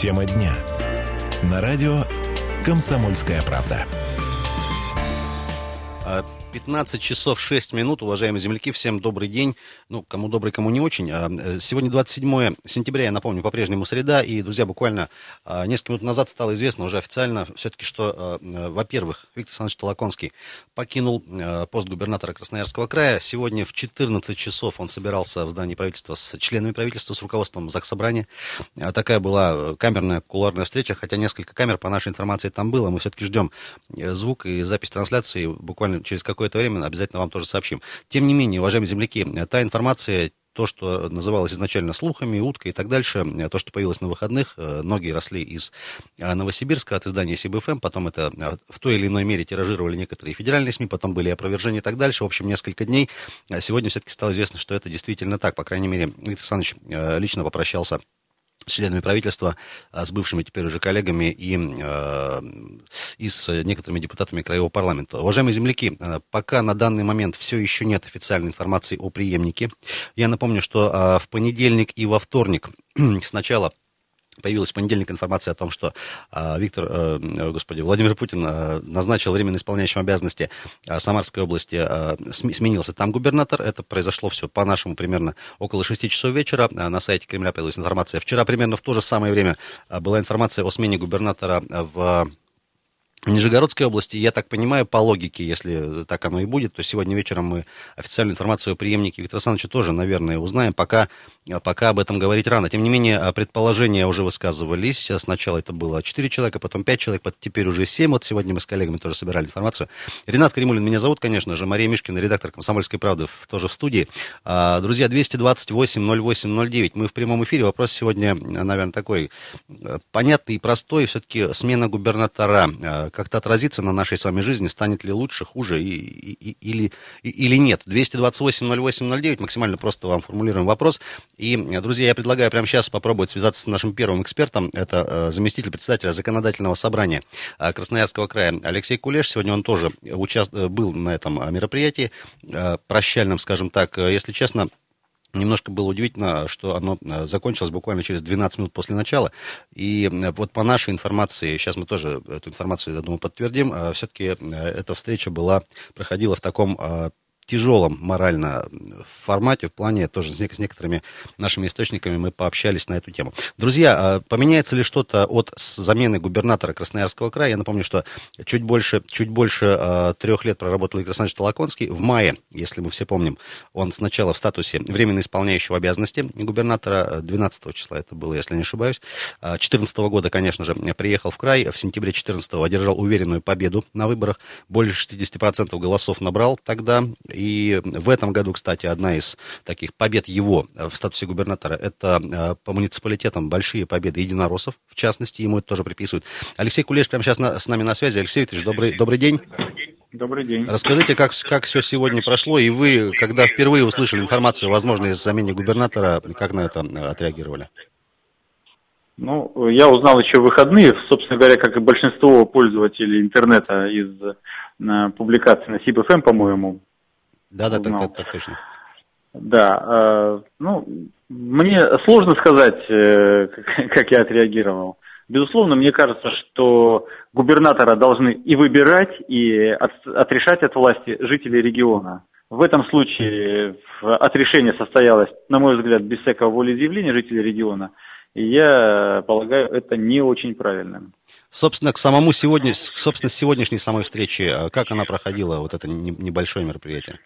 Тема дня. На радио «Комсомольская правда». 15 часов 6 минут, уважаемые земляки, всем добрый день. Ну, кому добрый, кому не очень. Сегодня 27 сентября, я напомню, по-прежнему среда. И, друзья, буквально несколько минут назад стало известно уже официально, все-таки, что, во-первых, Виктор Александрович Толоконский покинул пост губернатора Красноярского края. Сегодня в 14 часов он собирался в здании правительства с членами правительства, с руководством Заксобрания. Такая была камерная, кулуарная встреча, хотя несколько камер, по нашей информации, там было. Мы все-таки ждем звук и запись трансляции буквально через какое-то время, обязательно вам тоже сообщим. Тем не менее, уважаемые земляки, та информация, то, что называлось изначально слухами, уткой и так дальше, то, что появилось на выходных, ноги росли из Новосибирска от издания СибФМ, потом это в той или иной мере тиражировали некоторые федеральные СМИ, потом были опровержения и так дальше. В общем, несколько дней. Сегодня все-таки стало известно, что это действительно так. По крайней мере, Виктор Александрович лично попрощался с членами правительства, с бывшими теперь уже коллегами и с некоторыми депутатами Краевого парламента. Уважаемые земляки, пока на данный момент все еще нет официальной информации о преемнике. Я напомню, что в понедельник и во вторник сначала появилась в понедельник информация о том, что Владимир Путин назначил временно исполняющим обязанности Самарской области, сменился там губернатор. Это произошло все по-нашему примерно около 6 часов вечера. На сайте Кремля появилась информация. Вчера примерно в то же самое время была информация о смене губернатора в Нижегородской области. Я так понимаю, по логике, если так оно и будет, то сегодня вечером мы официальную информацию о преемнике Виктора Александровича тоже, наверное, узнаем. Пока об этом говорить рано. Тем не менее, предположения уже высказывались. Сначала это было 4 человека, потом 5 человек, теперь уже 7. Вот сегодня мы с коллегами тоже собирали информацию. Ренат Каримуллин меня зовут, конечно же. Мария Мишкина, редактор «Комсомольской правды», тоже в студии. Друзья, 228-08-09. Мы в прямом эфире. Вопрос сегодня, наверное, такой понятный и простой. Все-таки смена губернатора как-то отразится на нашей с вами жизни, станет ли лучше, хуже или нет. 228-08-09, максимально просто вам формулируем вопрос. И, друзья, я предлагаю прямо сейчас попробовать связаться с нашим первым экспертом. Это заместитель председателя Законодательного собрания Красноярского края Алексей Кулеш. Сегодня он тоже был на этом мероприятии, прощальном, скажем так. Если честно, немножко было удивительно, что оно закончилось буквально через 12 минут после начала. И вот по нашей информации, сейчас мы тоже эту информацию, я думаю, подтвердим, все-таки эта встреча проходила в таком тяжелом морально формате, в плане тоже с некоторыми нашими источниками мы пообщались на эту тему. Друзья, поменяется ли что-то от замены губернатора Красноярского края? Я напомню, что чуть больше 3 лет проработал Виктор Александрович Толоконский. В мае, если мы все помним, он сначала в статусе временно исполняющего обязанности губернатора, 12 числа это было, если не ошибаюсь, 2014 года, конечно же, приехал в край, в сентябре 2014 одержал уверенную победу на выборах, более 60% голосов набрал тогда. И в этом году, кстати, одна из таких побед его в статусе губернатора, это по муниципалитетам большие победы единороссов, в частности, ему это тоже приписывают. Алексей Кулеш прямо сейчас с нами на связи. Алексей Викторович, добрый день. Добрый день. Расскажите, как все сегодня прошло, и вы, когда впервые услышали информацию о возможной замене губернатора, как на это отреагировали? Ну, я узнал еще в выходные, собственно говоря, как и большинство пользователей интернета из публикаций на СибФМ, по-моему. Да, так точно. Да, мне сложно сказать, как я отреагировал. Безусловно, мне кажется, что губернатора должны и выбирать, и отрешать от власти жители региона. В этом случае отрешение состоялось, на мой взгляд, без всякого волеизъявления жителей региона. И я полагаю, это не очень правильно. Собственно, сегодняшней самой встрече, как она проходила, вот это небольшое мероприятие?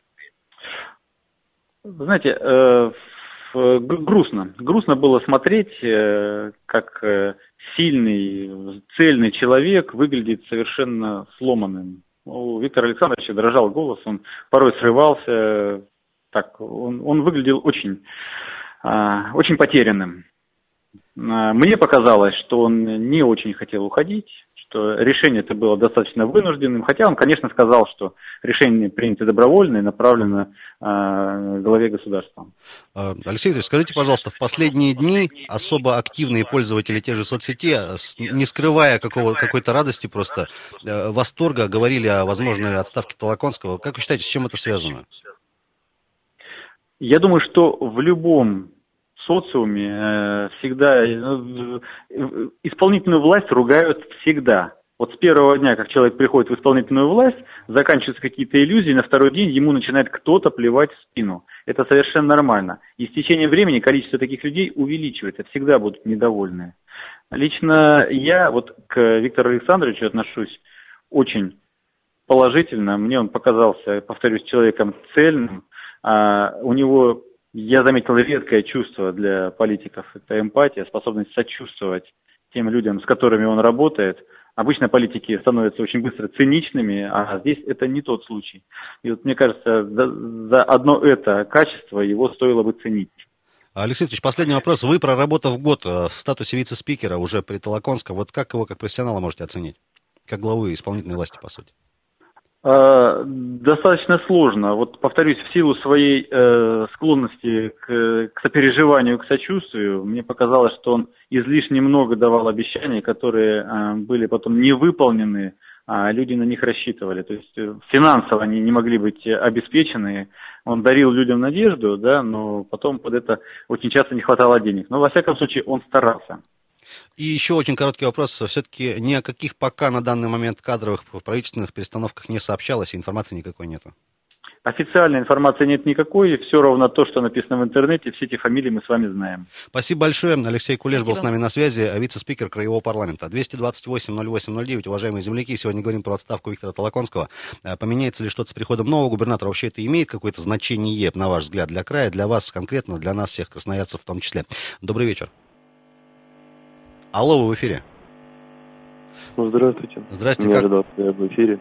Знаете, грустно. Грустно было смотреть, как сильный, цельный человек выглядит совершенно сломанным. У Виктора Александровича дрожал голос, он порой срывался. Так, он выглядел очень потерянным. Мне показалось, что он не очень хотел уходить, что решение это было достаточно вынужденным, хотя он, конечно, сказал, что решение принято добровольно и направлено главе государства. Алексей Викторович, скажите, пожалуйста, в последние дни особо активные пользователи тех же соцсетей, не скрывая какой-то радости, просто восторга, говорили о возможной отставке Толоконского. Как вы считаете, с чем это связано? Я думаю, что в любом в социуме всегда исполнительную власть ругают всегда. Вот с первого дня, как человек приходит в исполнительную власть, заканчиваются какие-то иллюзии, на второй день ему начинает кто-то плевать в спину. Это совершенно нормально. И с течением времени количество таких людей увеличивается, всегда будут недовольны. Лично я вот к Виктору Александровичу отношусь очень положительно. Мне он показался, повторюсь, человеком цельным. У него, я заметил, редкое чувство для политиков. Это эмпатия, способность сочувствовать тем людям, с которыми он работает. Обычно политики становятся очень быстро циничными, а здесь это не тот случай. И вот мне кажется, за одно это качество его стоило бы ценить. Алексей Викторович, последний вопрос. Вы, проработав год в статусе вице-спикера уже при Толоконском, вот как его как профессионала можете оценить? Как главы исполнительной власти, по сути? Достаточно сложно. Вот, повторюсь, в силу своей склонности к сопереживанию, к сочувствию, мне показалось, что он излишне много давал обещаний, которые были потом не выполнены, а люди на них рассчитывали. То есть финансово они не могли быть обеспечены. Он дарил людям надежду, да, но потом под это очень часто не хватало денег. Но, во всяком случае, он старался. И еще очень короткий вопрос. Все-таки ни о каких пока на данный момент кадровых правительственных перестановках не сообщалось, и информации никакой нету. Официальной информации нет никакой, все равно то, что написано в интернете, все эти фамилии мы с вами знаем. Спасибо большое. Алексей Кулеш был с нами на связи, вице-спикер Краевого парламента. 228-08-09, уважаемые земляки, сегодня говорим про отставку Виктора Толоконского. Поменяется ли что-то с приходом нового губернатора? Вообще это имеет какое-то значение, на ваш взгляд, для края, для вас конкретно, для нас всех красноярцев в том числе? Добрый вечер. Алло, вы в эфире. Здравствуйте. Здравствуйте. Не ожидал, что я в эфире.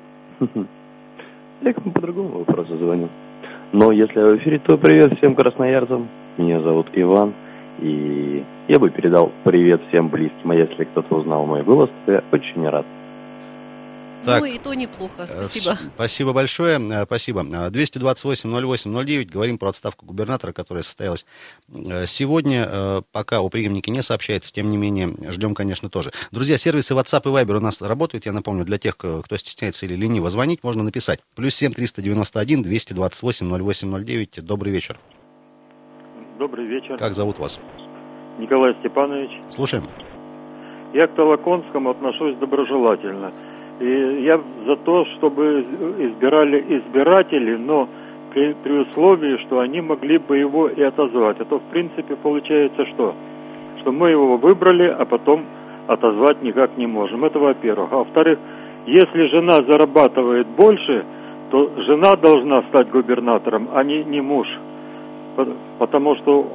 Я к вам по другому вопросу звоню. Но если я в эфире, то привет всем красноярцам. Меня зовут Иван. И я бы передал привет всем близким. А если кто-то узнал мой голос, то я очень рад. Так, ну и то неплохо, спасибо. Спасибо большое, спасибо. 228-08-09, говорим про отставку губернатора, которая состоялась сегодня. Пока о преемнике не сообщается, тем не менее, ждем, конечно, тоже. Друзья, сервисы WhatsApp и Viber у нас работают, я напомню, для тех, кто стесняется или лениво звонить, можно написать. +7 391 228 0809. Добрый вечер. Добрый вечер. Как зовут вас? Николай Степанович. Слушаем. Я к Толоконскому отношусь доброжелательно. И я за то, чтобы избирали избиратели, но при условии, что они могли бы его и отозвать. А то, в принципе, получается что? Что мы его выбрали, а потом отозвать никак не можем. Это во-первых. А во-вторых, если жена зарабатывает больше, то жена должна стать губернатором, а не муж. Потому что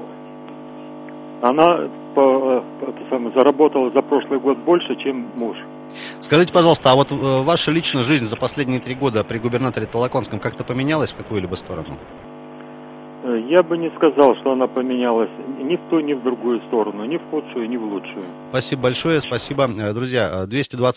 она заработала за прошлый год больше, чем муж. Скажите, пожалуйста, а вот ваша личная жизнь за последние 3 года при губернаторе Толоконском как-то поменялась в какую-либо сторону? Я бы не сказал, что она поменялась ни в ту, ни в другую сторону, ни в худшую, ни в лучшую. Спасибо большое, спасибо. Друзья,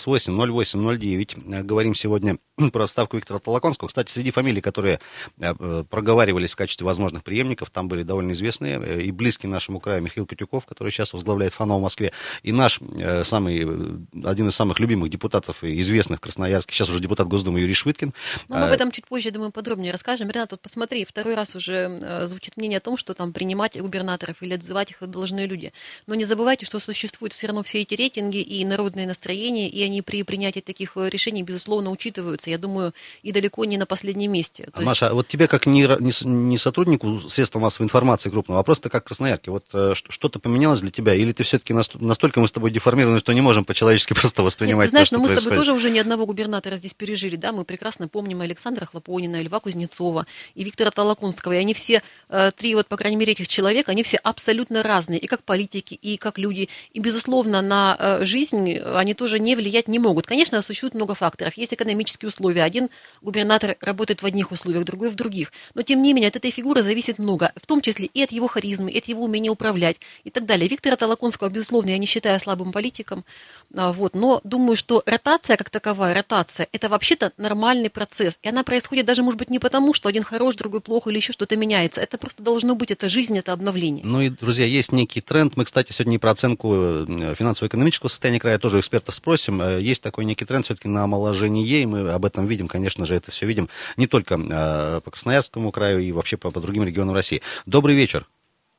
228-08-09. Говорим сегодня про отставку Виктора Толоконского. Кстати, среди фамилий, которые проговаривались в качестве возможных преемников, там были довольно известные и близкие нашему краю Михаил Кутюков, который сейчас возглавляет ФАНО в Москве, и наш один из самых любимых депутатов и известных в Красноярске, сейчас уже депутат Госдумы Юрий Швыдкин. Но мы об этом чуть позже, думаю, подробнее расскажем. Ренат, вот посмотри, второй раз уже звучит мнение о том, что там принимать губернаторов или отзывать их должны люди. Но не забывайте, что существуют все равно все эти рейтинги и народные настроения, и они при принятии таких решений, безусловно, учитываются. Я думаю, и далеко не на последнем месте. Маша, вот тебе как не сотруднику средств массовой информации крупного, а просто как красноярке, вот что-то поменялось для тебя? Или ты все-таки настолько мы с тобой деформированы, что не можем по-человечески просто воспринимать? Нет, ты знаешь, то, что мы происходит? с тобой тоже уже ни одного губернатора здесь пережили, да, мы прекрасно помним Александра Хлопонина, Льва Кузнецова и Виктора Толоконского, и они все, 3, вот, по крайней мере, этих человек, они все абсолютно разные, и как политики, и как люди, и, безусловно, на жизнь они тоже не влиять не могут. Конечно, существует много факторов, есть экономические условия, один губернатор работает в одних условиях, другой в других, но, тем не менее, от этой фигуры зависит много, в том числе и от его харизмы, и от его умения управлять, и так далее. Виктора Толоконского, безусловно, я не считаю слабым политиком, вот, но думаю, что ротация как таковая, это вообще-то нормальный процесс, и она происходит даже, может быть, не потому, что один хорош, другой плохо, или еще что-то меняется, это просто должно быть, это жизнь, это обновление. Ну и, друзья, есть некий тренд. Мы, кстати, сегодня и про оценку финансово-экономического состояния края тоже экспертов спросим. Есть такой некий тренд все-таки на омоложение, и мы об этом видим, конечно же, это все видим не только по Красноярскому краю и вообще по другим регионам России. Добрый вечер.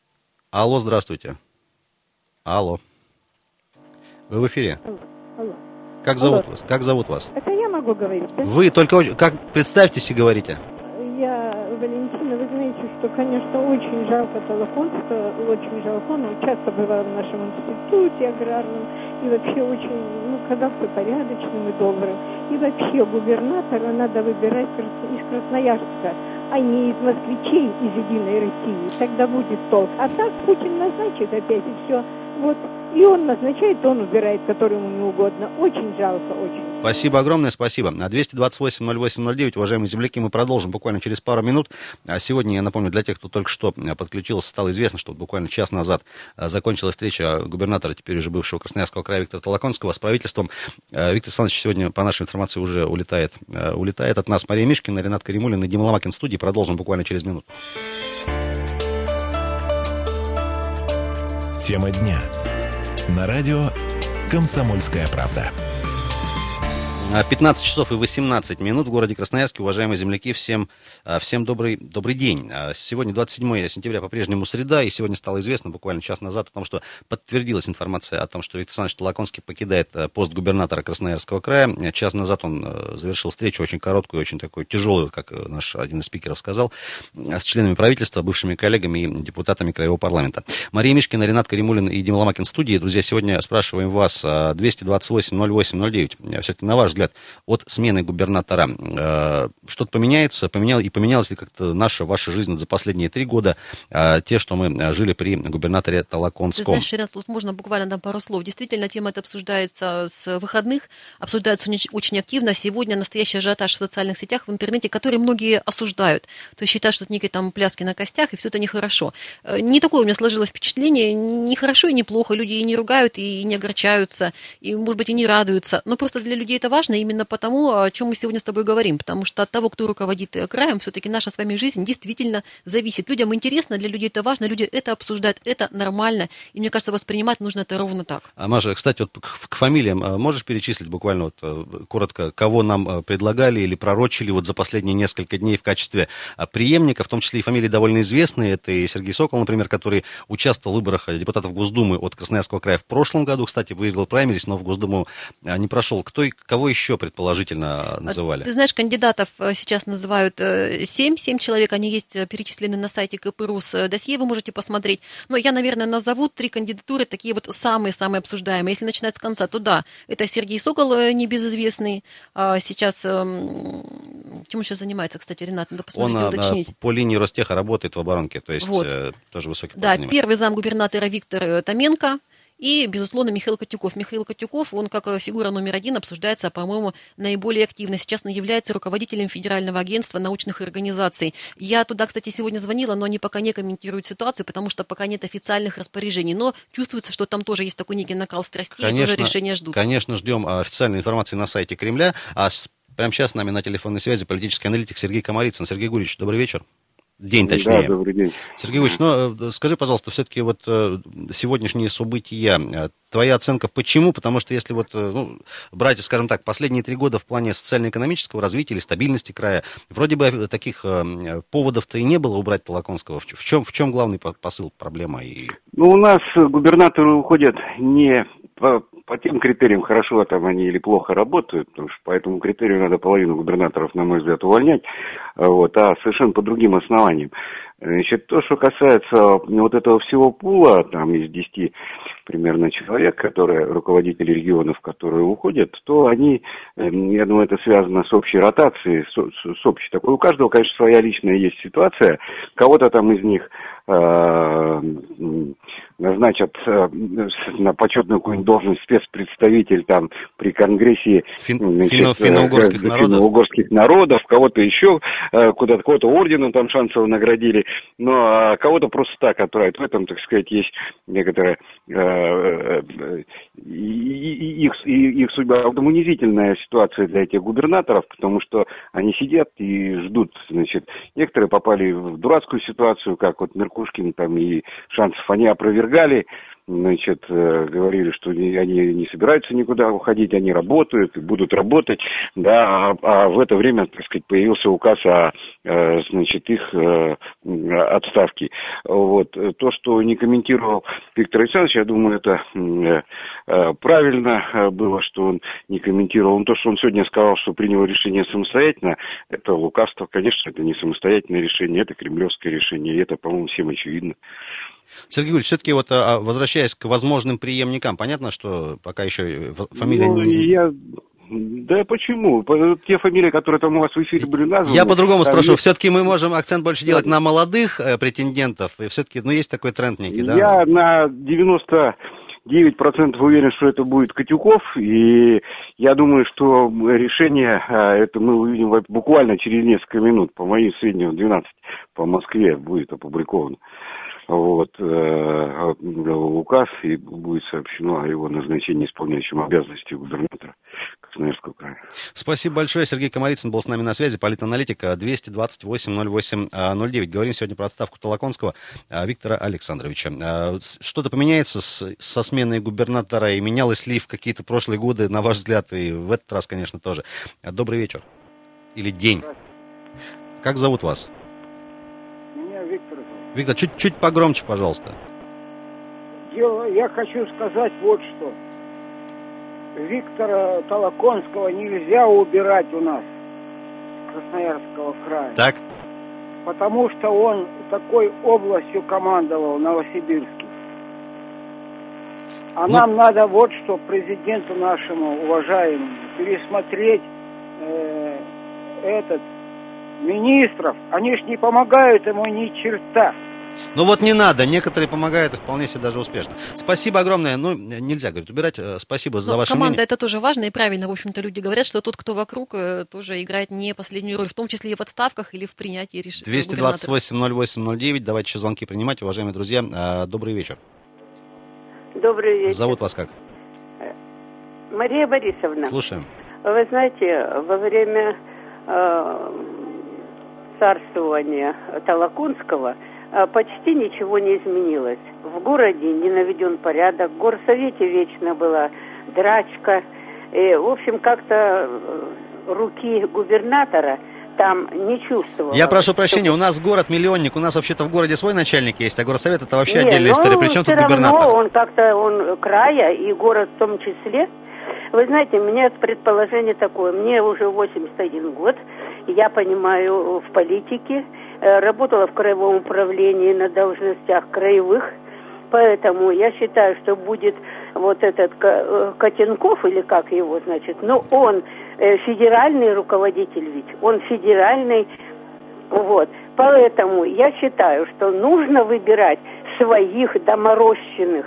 Алло, здравствуйте. Алло. Вы в эфире. Алло. Как зовут вас? Как зовут вас? Это я могу говорить, да? Вы только как представьтесь и говорите. Я, Валентина, вы знаете, что, конечно, очень жалко Толоконского, очень жалко. Он часто бывал в нашем институте аграрном и вообще очень, казался порядочным и добрым. И вообще губернатора надо выбирать из Красноярска, а не из москвичей из Единой России. Тогда будет толк. А так Путин назначит опять и все. Вот. И он назначает, он убирает, который ему не угодно. Очень жалко, очень. Спасибо огромное, спасибо. 228-08-09, уважаемые земляки, мы продолжим буквально через пару минут. А сегодня, я напомню, для тех, кто только что подключился, стало известно, что буквально час назад закончилась встреча губернатора, теперь уже бывшего Красноярского края Виктора Толоконского с правительством. Виктор Александрович сегодня, по нашей информации, уже улетает от нас. Мария Мишкина, Ренат Каримуллин и Дима Ломакин в студии. Продолжим буквально через минуту. Тема дня. На радио «Комсомольская правда». 15 часов и 18 минут в городе Красноярске. Уважаемые земляки, всем добрый день. Сегодня 27 сентября, по-прежнему среда, и сегодня стало известно буквально час назад о том, что подтвердилась информация о том, что Виктор Александрович Толоконский покидает пост губернатора Красноярского края. Час назад он завершил встречу очень короткую, очень такую тяжелую, как наш один из спикеров сказал, с членами правительства, бывшими коллегами и депутатами Краевого парламента. Мария Мишкина, Ренат Каримуллин и Дима Ломакин в студии. Друзья, сегодня спрашиваем вас 228-08-09. Все-таки на ваш взгляд, от смены губернатора что-то поменяется? Поменялась ли как-то ваша жизнь за последние 3 года, те, что мы жили при губернаторе Толоконском? Ты знаешь, Ренат, тут можно буквально дам пару слов. Действительно, тема эта обсуждается с выходных, обсуждается очень активно. Сегодня настоящий ажиотаж в социальных сетях, в интернете, который многие осуждают. То есть считают, что это некие там пляски на костях, и все это нехорошо. Не такое у меня сложилось впечатление, не хорошо и не плохо. Люди и не ругают, и не огорчаются, и, может быть, и не радуются. Но просто для людей это важно именно потому, о чем мы сегодня с тобой говорим. Потому что от того, кто руководит краем, все-таки наша с вами жизнь действительно зависит. Людям интересно, для людей это важно, люди это обсуждают, это нормально. И мне кажется, воспринимать нужно это ровно так. Маша, кстати, вот к фамилиям можешь перечислить буквально коротко, кого нам предлагали или пророчили за последние несколько дней в качестве преемника, в том числе и фамилии довольно известные. Это и Сергей Сокол, например, который участвовал в выборах депутатов Госдумы от Красноярского края в прошлом году. Кстати, выиграл праймерис, но в Госдуму не прошел. Кого еще предположительно называли? Ты знаешь, кандидатов сейчас называют 7 человек, они есть перечислены на сайте КПРУС досье, вы можете посмотреть. Но я, наверное, назову 3 кандидатуры, такие вот самые-самые обсуждаемые. Если начинать с конца, то да, это Сергей Сокол, небезызвестный. Сейчас, чем сейчас занимается, кстати, Ренат, надо посмотреть и уточнить. Он по линии Ростеха работает в оборонке, то есть тоже высокий пост занимает. Да, первый замгубернатора Виктор Томенко. И, безусловно, Михаил Котюков. Михаил Котюков, он как фигура номер 1 обсуждается, по-моему, наиболее активно. Сейчас он является руководителем Федерального агентства научных организаций. Я туда, кстати, сегодня звонила, но они пока не комментируют ситуацию, потому что пока нет официальных распоряжений. Но чувствуется, что там тоже есть такой некий накал страстей, конечно, и тоже решения ждут. Конечно, ждем официальной информации на сайте Кремля. А прямо сейчас с нами на телефонной связи политический аналитик Сергей Комарицын. Сергей Гурьевич, добрый вечер. День, точнее. Да, добрый день. Сергей Ильич, скажи, пожалуйста, все-таки сегодняшние события, твоя оценка почему? Потому что если брать, скажем так, последние 3 года в плане социально-экономического развития или стабильности края, вроде бы таких поводов-то и не было убрать Толоконского. В чем главный посыл, проблема? У нас губернаторы уходят не по тем критериям, хорошо там они или плохо работают, потому что по этому критерию надо половину губернаторов, на мой взгляд, увольнять, а совершенно по другим основаниям. Значит, то, что касается этого всего пула, там из 10 примерно человек, руководители регионов, которые уходят, то они, я думаю, это связано с общей ротацией, с общей такой. У каждого, конечно, своя личная есть ситуация. Кого-то там из них назначат на почетную какую-нибудь должность спецпредставитель там при Конгрессе финно-угорских народов, кого-то еще кого-то орденом там шансово наградили, но кого-то просто так отправят. В этом, так сказать, есть некоторая их судьба. Унизительная ситуация для этих губернаторов, потому что они сидят и ждут, значит, некоторые попали в дурацкую ситуацию, как Меркушкин там и Шанцев, они опровергали значит, говорили, что они не собираются никуда уходить, они работают и будут работать, да, а в это время, так сказать, появился указ о, значит, их отставке. Вот. То, что не комментировал Виктор Александрович, я думаю, это правильно было, что он не комментировал. Но то, что он сегодня сказал, что принял решение самостоятельно, это лукавство. Конечно, это не самостоятельное решение, это кремлевское решение, и это, по-моему, всем очевидно. Сергей Григорьевич, все-таки вот возвращаясь к возможным преемникам, понятно, что пока еще фамилия... Да почему? Те фамилии, которые там у вас в эфире были названы... Я по-другому спрошу. Все-таки мы можем акцент больше делать на молодых претендентов, и все-таки, есть такой тренд некий, да? Я на 99% уверен, что это будет Катюков, и я думаю, что решение это мы увидим буквально через несколько минут, по моим сведениям, 12 по Москве будет опубликовано. Вот, указ, и будет сообщено о его назначении исполняющим обязанности губернатора Красноярского края. Спасибо большое. Сергей Комарицын был с нами на связи, политаналитик, 228-08-09. Говорим сегодня про отставку Толоконского Виктора Александровича. Что-то поменяется со сменой губернатора, и менялось ли в какие-то прошлые годы, на ваш взгляд, и в этот раз, конечно, тоже. Добрый вечер. Или день. Как зовут вас? Меня Виктор. Виктор, чуть погромче, пожалуйста. Я хочу сказать вот что. Виктора Толоконского нельзя убирать у нас, Красноярского края. Так. Потому что он такой областью командовал, Новосибирске. Нам надо вот что президенту нашему уважаемому пересмотреть министров. Они ж не помогают ему ни черта. Не надо, некоторые помогают и вполне себе даже успешно. Спасибо огромное, нельзя, говорит, убирать, спасибо за ваше команда мнение. Это тоже важно и правильно, в общем-то, люди говорят, что тот, кто вокруг, тоже играет не последнюю роль, в том числе и в отставках или в принятии решений. 228-08-09, давайте еще звонки принимать, уважаемые друзья, добрый вечер. Добрый вечер. Зовут вас как? Мария Борисовна. Слушаем. Вы знаете, во время царствования Толоконского почти ничего не изменилось. В городе не наведен порядок, в горсовете вечно была драчка. И, в общем, как-то руки губернатора там не чувствовала. Я прошу прощения, у нас город-миллионник, у нас вообще-то в городе свой начальник есть, а горсовет это вообще отдельная история. Причем тут губернатор? Он края и город в том числе. Вы знаете, у меня предположение такое, мне уже 81 год, я понимаю в политике, работала в краевом управлении на должностях краевых, поэтому я считаю, что будет вот этот Котенков, или как его, значит, он федеральный руководитель ведь, он федеральный, вот, поэтому я считаю, что нужно выбирать своих доморощенных,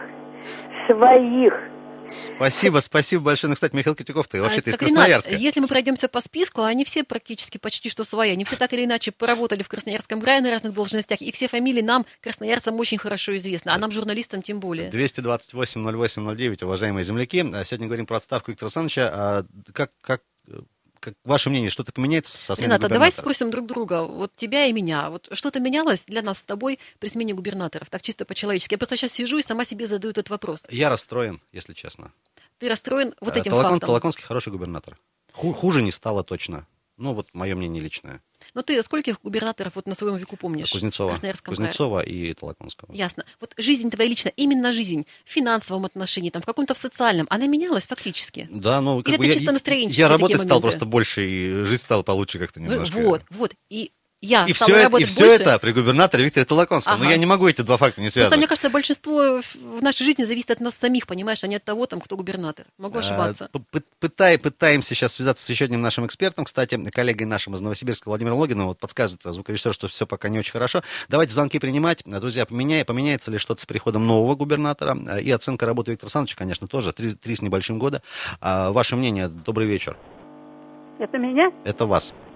своих. Спасибо большое. Кстати, Михаил Котюков, ты вообще-то из Красноярска. Если мы пройдемся по списку, они все практически почти что свои. Они все так или иначе поработали в Красноярском крае на разных должностях, и все фамилии нам, красноярцам, очень хорошо известны, а нам, журналистам, тем более. 228-08-09, уважаемые земляки. Сегодня говорим про отставку Виктора Александровича. Как ваше мнение, что-то поменяется со сменой губернатора? Давай спросим друг друга, вот тебя и меня, вот что-то менялось для нас с тобой при смене губернаторов, так чисто по-человечески? Я просто сейчас сижу и сама себе задаю этот вопрос. Я расстроен, если честно. Ты расстроен этим фактом? Толоконский хороший губернатор. Хуже не стало точно. Мое мнение личное. Но ты скольких губернаторов на своем веку помнишь? Кузнецова и Толоконского. Ясно. Вот жизнь твоя личная, именно жизнь, в финансовом отношении, в каком-то в социальном, она менялась фактически? Да, или это чисто настроение? Я работать стал просто больше, и жизнь стала получше как-то немножко. Вот. И все это при губернаторе Викторе Толоконском. Ага. Но я не могу эти два факта не связывать. Просто, мне кажется, большинство в нашей жизни зависит от нас самих, понимаешь, а не от того, кто губернатор. Могу ошибаться. Пытаемся сейчас связаться с еще одним нашим экспертом, кстати, коллегой нашим из Новосибирска Владимиром Логиновым. Подсказывает звукорежиссер, что все пока не очень хорошо. Давайте звонки принимать. Друзья, поменяется ли что-то с приходом нового губернатора? И оценка работы Виктора Александровича, конечно, тоже. 3 с небольшим года. Ваше мнение, добрый вечер. Это меня? Это вас.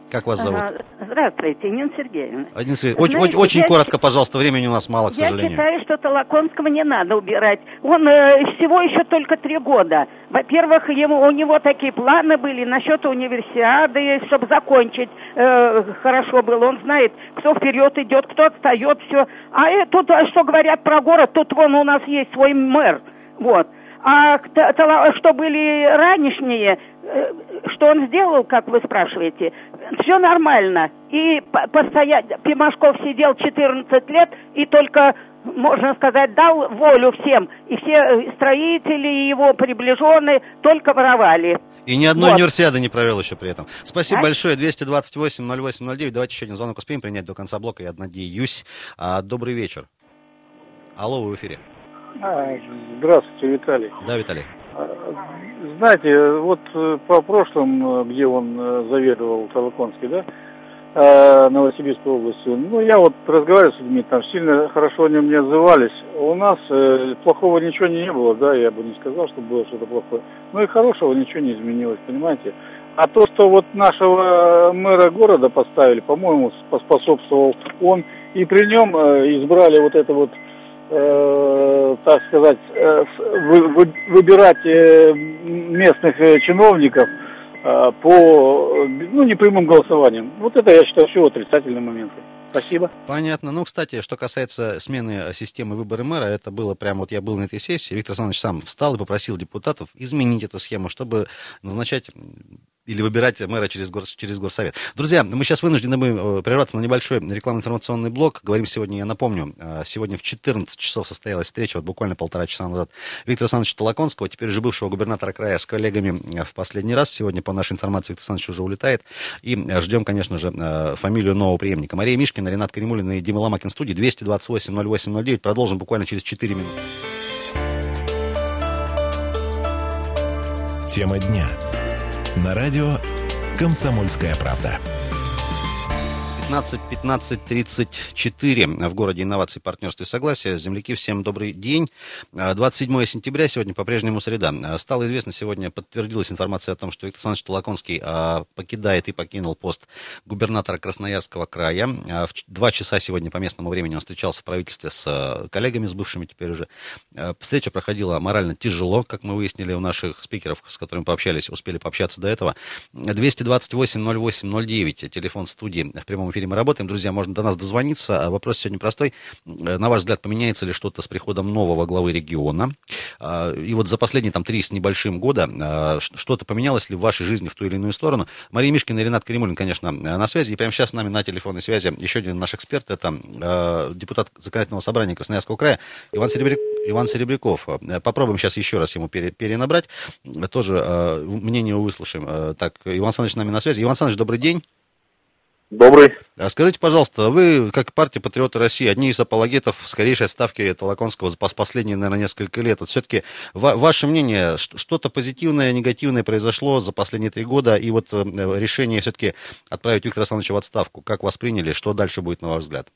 Как вас зовут? Здравствуйте, Нина Сергеевна. Знаете, очень коротко, пожалуйста, времени у нас мало, к сожалению. Я считаю, что Толоконского не надо убирать. Он всего еще только 3 года. Во-первых, у него такие планы были насчет универсиады, чтобы закончить хорошо было. Он знает, кто вперед идет, кто отстает, все. А тут, что говорят про город, тут вон у нас есть свой мэр. Вот. А что были ранешние, что он сделал, как вы спрашиваете, все нормально. И Пимашков сидел 14 лет и только, можно сказать, дал волю всем. И все строители, его приближенные только воровали. И ни одной универсиады не провел еще при этом. Спасибо большое. 228-08-09. Давайте еще один звонок успеем принять до конца блока, я надеюсь. Добрый вечер. Алло, вы в эфире. Здравствуйте, Виталий. Да, Виталий. Знаете, вот по прошлым, где он заведовал Толоконский, да, Новосибирской областью, я вот разговаривал с людьми, там сильно хорошо о нем не отзывались. У нас плохого ничего не было, да, я бы не сказал, что было что-то плохое. И хорошего ничего не изменилось, понимаете. А то, что вот нашего мэра города поставили, по-моему, поспособствовал он, и при нем избрали вот это вот, так сказать, выбирать местных чиновников по непрямым голосованиям. Вот это, я считаю, все отрицательные моменты. Спасибо. Понятно. Кстати, что касается смены системы выбора мэра, это было прямо, вот я был на этой сессии, Виктор Александрович сам встал и попросил депутатов изменить эту схему, чтобы назначать или выбирать мэра через горсовет. Друзья, мы сейчас вынуждены прерваться на небольшой рекламно-информационный блок. Говорим сегодня, я напомню, сегодня в 14 часов состоялась встреча, вот буквально 1,5 часа назад, Виктора Александровича Толоконского, теперь уже бывшего губернатора края, с коллегами в последний раз. Сегодня, по нашей информации, Виктор Александрович уже улетает. И ждем, конечно же, фамилию нового преемника. Мария Мишкина, Ренат Каримуллин и Дима Ломакин в студии. 228-08-09. Продолжим буквально через 4 минуты. Тема дня. На радио «Комсомольская правда». 15:34 в городе инноваций, партнерства и согласия. Земляки, всем добрый день. 27 сентября, сегодня по-прежнему среда. Стало известно сегодня, подтвердилась информация о том, что Виктор Александрович Толоконский покидает и покинул пост губернатора Красноярского края. В 2 часа сегодня по местному времени он встречался в правительстве с коллегами, с бывшими теперь уже. Встреча проходила морально тяжело, как мы выяснили у наших спикеров, с которыми пообщались, успели пообщаться до этого. 228-08-09, телефон студии в прямом эфире мы работаем. Друзья, можно до нас дозвониться. Вопрос сегодня простой. На ваш взгляд, поменяется ли что-то с приходом нового главы региона? И вот за последние 3 с небольшим года что-то поменялось ли в вашей жизни в ту или иную сторону? Мария Мишкина и Ренат Каримуллин, конечно, на связи. И прямо сейчас с нами на телефонной связи еще один наш эксперт. Это депутат Законодательного собрания Красноярского края Иван Серебряков. Попробуем сейчас еще раз ему перенабрать. Тоже мнение выслушаем. Так, Иван Александрович с нами на связи. Иван Александрович, добрый день. Добрый. Скажите, пожалуйста, вы, как партия «Патриоты России», одни из апологетов скорейшей отставки Толоконского за последние, наверное, несколько лет. Вот все-таки ваше мнение, что-то позитивное, негативное произошло за последние 3 года, и вот решение все-таки отправить Виктора Александровича в отставку, как восприняли, что дальше будет, на ваш взгляд?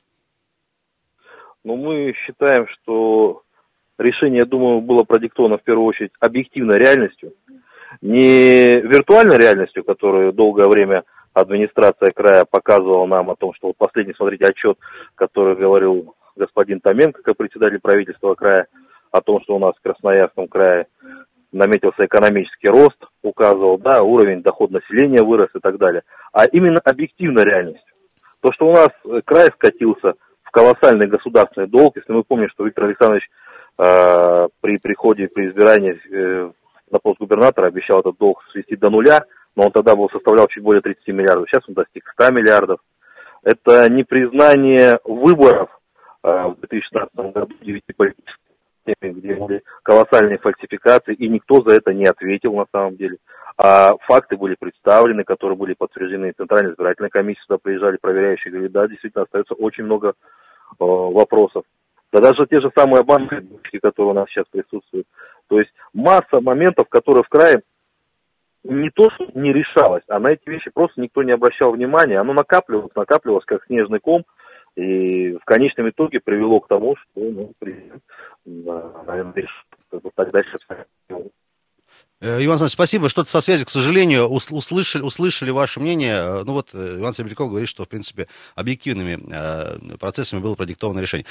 Мы считаем, что решение, я думаю, было продиктовано в первую очередь объективной реальностью, не виртуальной реальностью, которую долгое время администрация края показывала нам о том, что вот последний, смотрите, отчет, который говорил господин Томенко, как председатель правительства края, о том, что у нас в Красноярском крае наметился экономический рост, указывал, да, уровень доход населения вырос и так далее. А именно объективной реальностью. То, что у нас край скатился в колоссальный государственный долг, если мы помним, что Виктор Александрович при приходе, при избирании на пост губернатора обещал этот долг свести до нуля, но он тогда составлял чуть более 30 миллиардов, сейчас он достиг 100 миллиардов. Это не признание выборов в 2016 году 9 политических, где были колоссальные фальсификации, и никто за это не ответил на самом деле. А факты были представлены, которые были подтверждены Центральной избирательной комиссией, сюда приезжали проверяющие, говорили, да, действительно остается очень много вопросов. Да даже те же самые обманные, которые у нас сейчас присутствуют. То есть масса моментов, которые в крае не то, что не решалось, а на эти вещи просто никто не обращал внимания. Оно накапливалось как снежный ком, и в конечном итоге привело к тому, что президент, наверное, решил так дальше. Иван Александрович, спасибо. Что-то со связью, к сожалению, услышали ваше мнение. Ну вот Иван Серебряков говорит, что, в принципе, объективными процессами было продиктовано решение.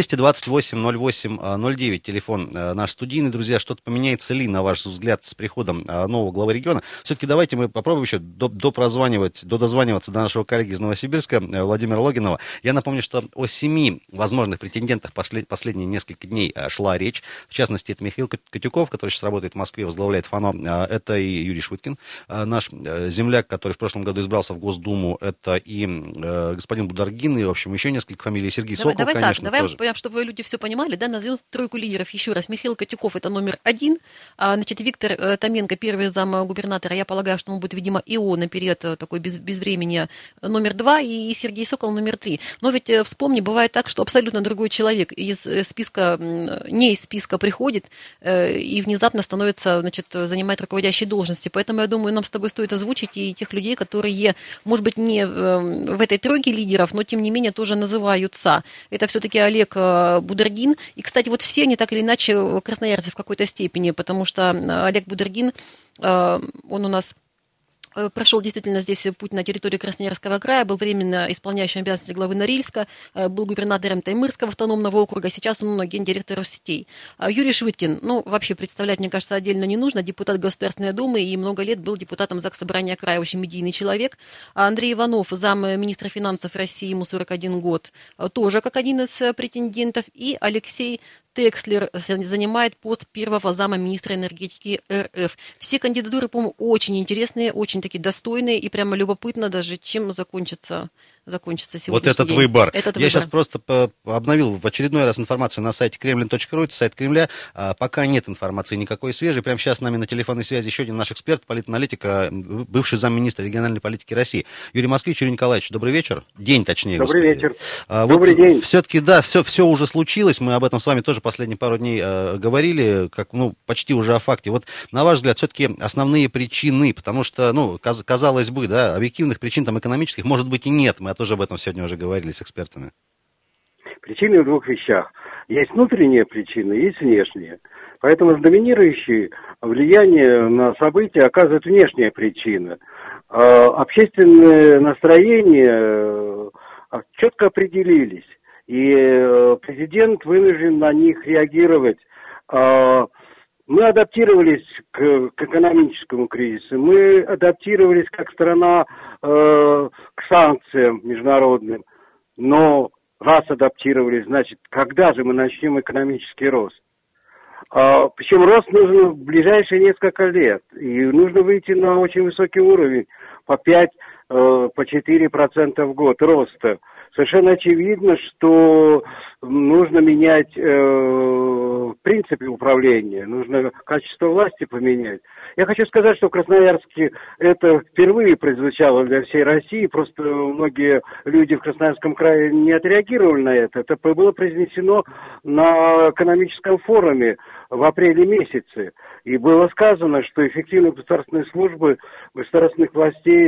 228-08-09, телефон наш студийный. Друзья, что-то поменяется ли, на ваш взгляд, с приходом нового главы региона? Все-таки давайте мы попробуем еще дозваниваться до нашего коллеги из Новосибирска, Владимира Логинова. Я напомню, что о 7 возможных претендентах последние несколько дней шла речь. В частности, это Михаил Котюков, который сейчас работает в Москве, возглавляет ФАНО. Это и Юрий Швыдкин, наш земляк, который в прошлом году избрался в Госдуму. Это и господин Бударгин, и, в общем, еще несколько фамилий. Сергей Сокол, конечно, тоже. Давай, чтобы люди все понимали, да, назовем тройку лидеров еще раз. Михаил Котюков – это номер 1. Значит, Виктор Томенко, первый зам губернатора, я полагаю, что он будет, видимо, ИО на период такой безвремени, номер 2, и Сергей Сокол номер 3. Но ведь вспомни, бывает так, что абсолютно другой человек не из списка приходит и внезапно становится, значит, занимает руководящие должности. Поэтому, я думаю, нам с тобой стоит озвучить и тех людей, которые, может быть, не в этой тройке лидеров, но, тем не менее, тоже называются. Это все-таки Олег Бударгин. И, кстати, вот все они так или иначе красноярцы в какой-то степени, потому что Олег Бударгин, он у нас прошел действительно здесь путь на территории Красноярского края, был временно исполняющим обязанности главы Норильска, был губернатором Таймырского автономного округа, сейчас он гендиректор Россетей. Юрий Швыдкин, вообще представлять, мне кажется, отдельно не нужно, депутат Государственной Думы и много лет был депутатом Заксобрания края, очень медийный человек. Андрей Иванов, замминистра финансов России, ему 41 год, тоже как один из претендентов, и Алексей Текслер занимает пост первого зама министра энергетики РФ. Все кандидатуры, по-моему, очень интересные, очень такие достойные, и прямо любопытно даже, чем закончится сегодняшний вот этот день. Выбор. Я сейчас просто обновил в очередной раз информацию на сайте kremlin.ru, это сайт Кремля. Пока нет информации никакой свежей. Прямо сейчас с нами на телефонной связи еще один наш эксперт, политаналитик, бывший замминистра региональной политики России. Юрий Москвич. Юрий Николаевич, добрый вечер. День, точнее. Добрый вечер. Добрый день. Все-таки, да, все уже случилось. Мы об этом с вами тоже последние пару дней говорили, почти уже о факте. Вот, на ваш взгляд, все-таки основные причины, потому что, казалось бы, да, объективных причин там экономических, может быть, и нет. Мы тоже об этом сегодня уже говорили с экспертами. Причины в двух вещах. Есть внутренние причины, есть внешние. Поэтому доминирующее влияние на события оказывает внешняя причина. Общественные настроения четко определились, и президент вынужден на них реагировать. Мы адаптировались к экономическому кризису, мы адаптировались как страна к санкциям международным, но раз адаптировались, значит, когда же мы начнем экономический рост? Причем рост нужен в ближайшие несколько лет, и нужно выйти на очень высокий уровень, по 5, по 4% в год роста. Совершенно очевидно, что нужно менять принципы управления, нужно качество власти поменять. Я хочу сказать, что в Красноярске это впервые прозвучало для всей России, просто многие люди в Красноярском крае не отреагировали на это. Это было произнесено на экономическом форуме в апреле месяце. И было сказано, что эффективность государственной службы, государственных властей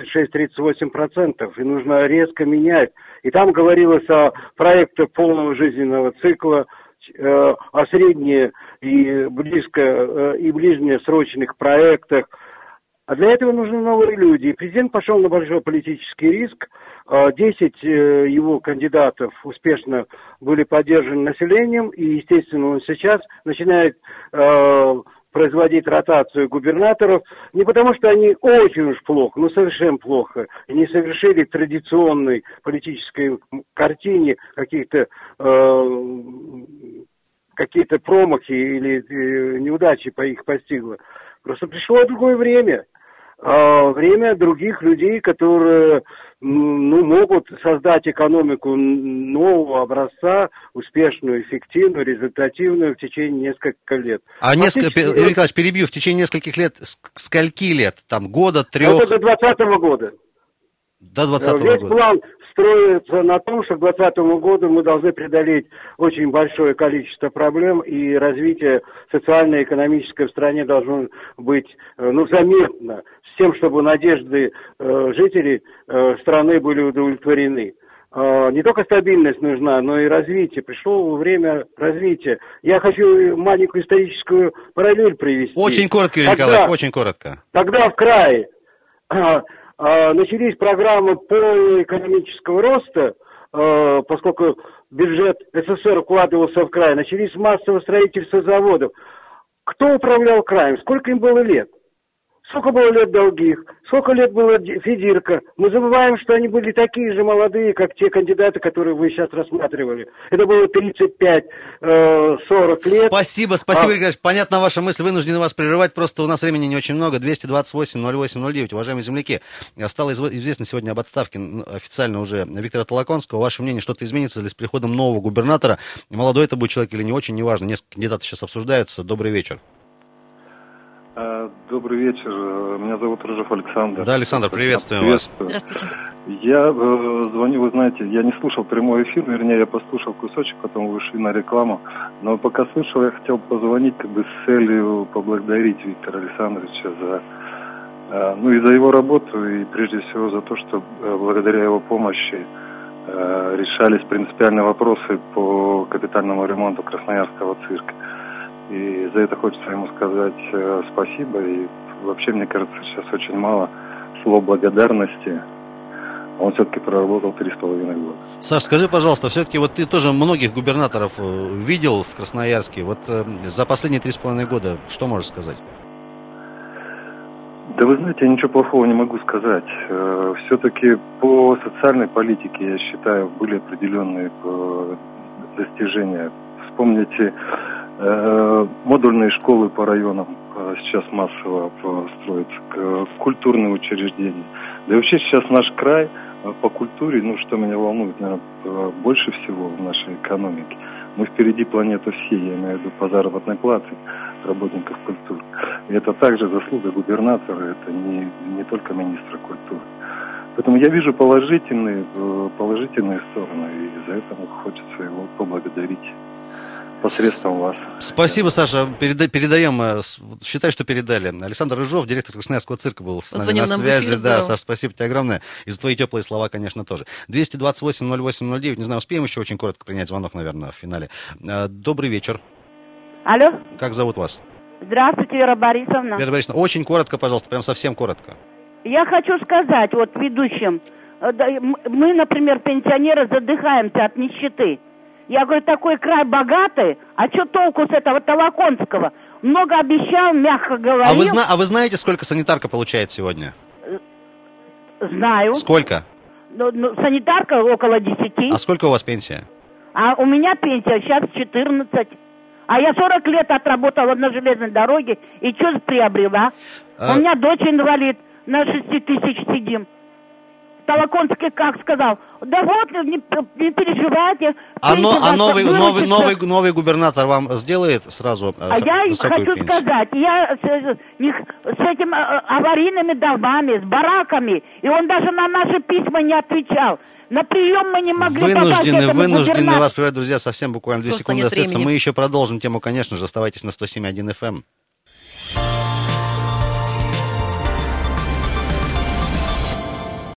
36-38%, и нужно резко менять. И там говорилось о проектах полного жизненного цикла, о средне и ближнесрочных проектах. А для этого нужны новые люди. И президент пошел на большой политический риск. 10 его кандидатов успешно были поддержаны населением. И, естественно, он сейчас начинает производить ротацию губернаторов. Не потому, что они очень уж плохо, но совершенно плохо. И не совершили традиционной политической картине какие-то промахи или неудачи по их постигло. Просто пришло другое время. Время других людей, которые могут создать экономику нового образца, успешную, эффективную, результативную в течение нескольких лет. Юрий Николаевич, перебью, в течение нескольких лет, скольки лет? Там года, 3? Это до 2020 года. До 2020 года. Весь план строится на том, что к 2020 году мы должны преодолеть очень большое количество проблем, и развитие социально-экономическое в стране должно быть заметно, с тем, чтобы надежды жителей страны были удовлетворены. Не только стабильность нужна, но и развитие. Пришло время развития. Я хочу маленькую историческую параллель привести. Очень коротко, Юрий Николаевич, очень коротко. Тогда в крае начались программы полного экономического роста, поскольку бюджет СССР укладывался в край. Начались массовое строительство заводов. Кто управлял краем? Сколько им было лет? Сколько было лет Долгих? Сколько лет было Федирко? Мы забываем, что они были такие же молодые, как те кандидаты, которые вы сейчас рассматривали. Это было 35-40 лет. Спасибо, Юрий Николаевич. Понятна ваша мысль, вынуждены вас прерывать, просто у нас времени не очень много. 228-08-09. Уважаемые земляки, стало известно сегодня об отставке официально уже Виктора Толоконского. Ваше мнение, что-то изменится ли с приходом нового губернатора? Молодой это будет человек или не очень, неважно. Несколько кандидатов сейчас обсуждаются. Добрый вечер. Добрый вечер. Меня зовут Рыжев Александр. Да, Александр, приветствуем вас. Здравствуйте. Я звоню, вы знаете, я не слушал прямой эфир, вернее, я послушал кусочек, потом вышли на рекламу. Но пока слушал, я хотел позвонить с целью поблагодарить Виктора Александровича за его работу и прежде всего за то, что благодаря его помощи решались принципиальные вопросы по капитальному ремонту Красноярского цирка. И за это хочется ему сказать спасибо. И вообще, мне кажется, сейчас очень мало слов благодарности. Он все-таки проработал 3,5 года. Саш, скажи, пожалуйста, все-таки вот ты тоже многих губернаторов видел в Красноярске. Вот за последние 3,5 года что можешь сказать? Да вы знаете, я ничего плохого не могу сказать. Все-таки по социальной политике, я считаю, были определенные достижения. Вспомните, модульные школы по районам сейчас массово строятся, культурные учреждения. Да и вообще сейчас наш край по культуре, что меня волнует, наверное, больше всего в нашей экономике. Мы впереди планеты всей, я имею в виду по заработной плате работников культуры. И это также заслуга губернатора, это не только министра культуры. Поэтому я вижу положительные стороны, и за это хочется его поблагодарить. Посредством вас. Спасибо, Саша. Передаем. Считай, что передали. Александр Рыжов, директор Красноярского цирка, был с нами на связи. Да, Саша, спасибо тебе огромное. И за твои теплые слова, конечно, тоже. 228-08-09. Не знаю, успеем еще очень коротко принять звонок, наверное, в финале. Добрый вечер. Алло. Как зовут вас? Здравствуйте, Вера Борисовна. Вера Борисовна, очень коротко, пожалуйста, прям совсем коротко. Я хочу сказать ведущим. Мы, например, пенсионеры, задыхаемся от нищеты. Я говорю, такой край богатый, а что толку с этого Толоконского? Много обещал, мягко говорил. А вы знаете, сколько санитарка получает сегодня? Знаю. Сколько? Санитарка около 10. А сколько у вас пенсия? А у меня пенсия сейчас 14. А я 40 лет отработала на железной дороге и что приобрела? У меня дочь инвалид, на 6 тысяч сидим. Толоконский как сказал, да вот, не переживайте. Новый губернатор вам сделает сразу я высокую хочу пенсию? сказать, я с этим аварийными домами, с бараками, и он даже на наши письма не отвечал. На прием мы не могли Вынуждены вас прервать, друзья, совсем буквально 2 секунды остается. Мы еще продолжим тему, конечно же, оставайтесь на 107.1 FM.